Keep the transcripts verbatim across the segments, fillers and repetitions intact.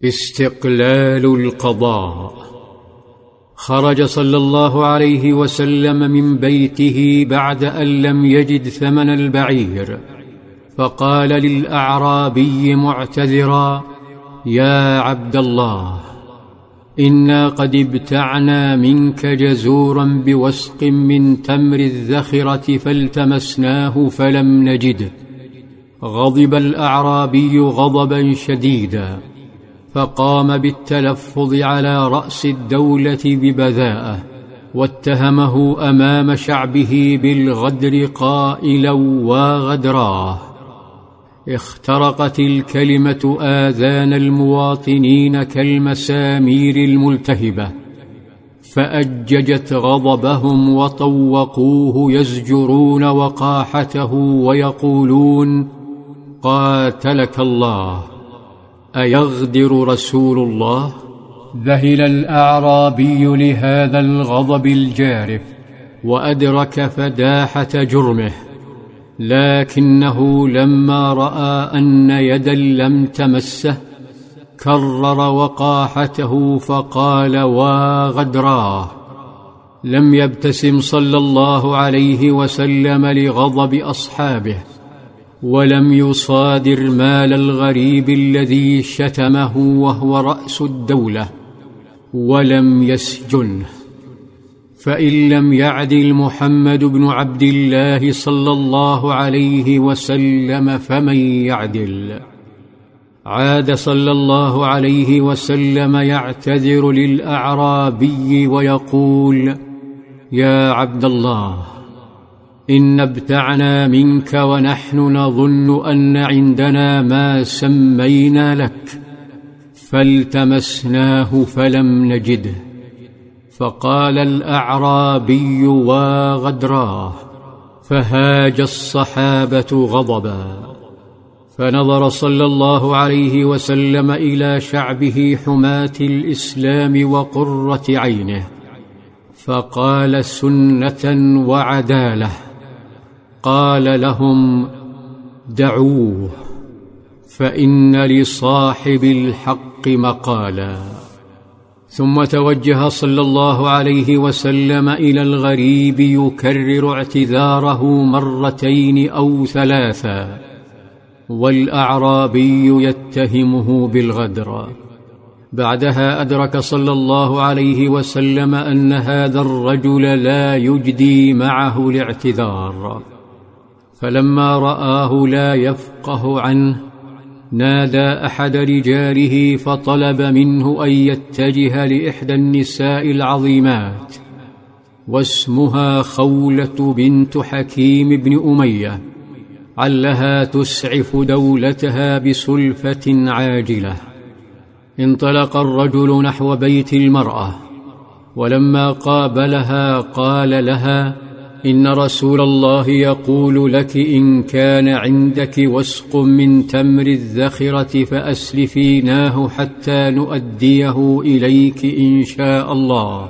استقلال القضاء. خرج صلى الله عليه وسلم من بيته بعد أن لم يجد ثمن البعير، فقال للأعرابي معتذرا: يا عبد الله، إنا قد ابتعنا منك جزورا بوسق من تمر الذخرة فالتمسناه فلم نجده. غضب الأعرابي غضبا شديدا، فقام بالتلفظ على رأس الدولة ببذاءة، واتهمه أمام شعبه بالغدر قائلا: واغدراه. اخترقت الكلمة آذان المواطنين كالمسامير الملتهبة، فأججت غضبهم وطوقوه يزجرون وقاحته ويقولون: قاتلك الله، أيغدر رسول الله؟ ذهل الأعرابي لهذا الغضب الجارف، وأدرك فداحة جرمه، لكنه لما رأى أن يدا لم تمسه كرر وقاحته فقال: واغدراه. لم يبتسم صلى الله عليه وسلم لغضب أصحابه، ولم يصادر مال الغريب الذي شتمه وهو رأس الدولة، ولم يسجنه. فإن لم يعدل محمد بن عبد الله صلى الله عليه وسلم فمن يعدل؟ عاد صلى الله عليه وسلم يعتذر للأعرابي ويقول: يا عبد الله، إن ابتعنا منك ونحن نظن أن عندنا ما سمينا لك، فالتمسناه فلم نجده. فقال الأعرابي: واغدراه. فهاج الصحابة غضبا، فنظر صلى الله عليه وسلم إلى شعبه حماة الإسلام وقرة عينه، فقال سنة وعدالة، قال لهم: دعوه، فإن لصاحب الحق مقالا. ثم توجه صلى الله عليه وسلم إلى الغريب يكرر اعتذاره مرتين أو ثلاثا، والأعرابي يتهمه بالغدر. بعدها أدرك صلى الله عليه وسلم أن هذا الرجل لا يجدي معه الاعتذار، فلما رآه لا يفقه عنه نادى أحد رجاله فطلب منه أن يتجه لإحدى النساء العظيمات، واسمها خولة بنت حكيم بن أمية، علها تسعف دولتها بسلفة عاجلة. انطلق الرجل نحو بيت المرأة، ولما قابلها قال لها: إن رسول الله يقول لك إن كان عندك وسق من تمر الذخرة فأسلفيناه حتى نؤديه إليك إن شاء الله.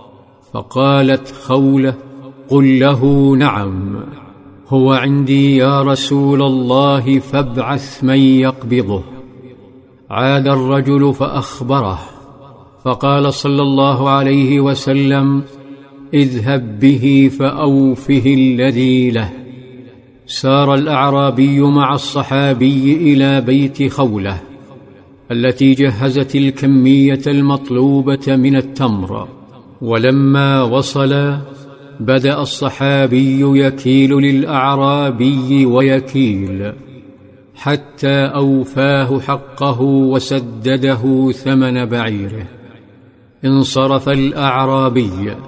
فقالت خولة: قل له نعم، هو عندي يا رسول الله، فابعث من يقبضه. عاد الرجل فأخبره، فقال صلى الله عليه وسلم: اذهب به فأوفه الذي له. سار الأعرابي مع الصحابي إلى بيت خولة التي جهزت الكمية المطلوبة من التمر، ولما وصل بدأ الصحابي يكيل للأعرابي ويكيل حتى أوفاه حقه وسدده ثمن بعيره. انصرف الأعرابي،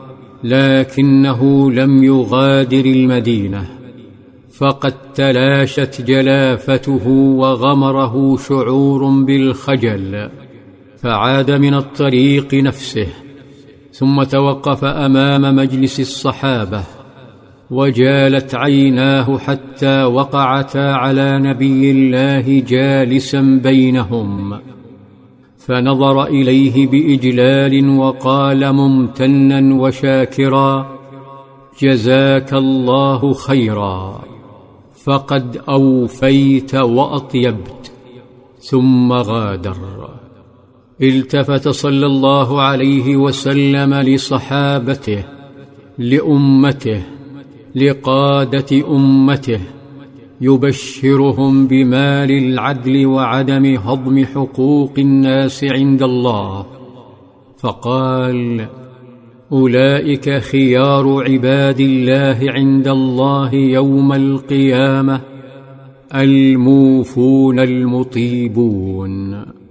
لكنه لم يغادر المدينة، فقد تلاشت جلافته وغمره شعور بالخجل، فعاد من الطريق نفسه، ثم توقف أمام مجلس الصحابة، وجالت عيناه حتى وقعتا على نبي الله جالسا بينهم، فنظر إليه بإجلال وقال ممتنا وشاكرا: جزاك الله خيرا، فقد أوفيت وأطيبت. ثم غادر. التفت صلى الله عليه وسلم لصحابته، لأمته، لقادة أمته، يبشرهم بمال العدل وعدم هضم حقوق الناس عند الله، فقال: أولئك خيار عباد الله عند الله يوم القيامة، الموفون المطيبون.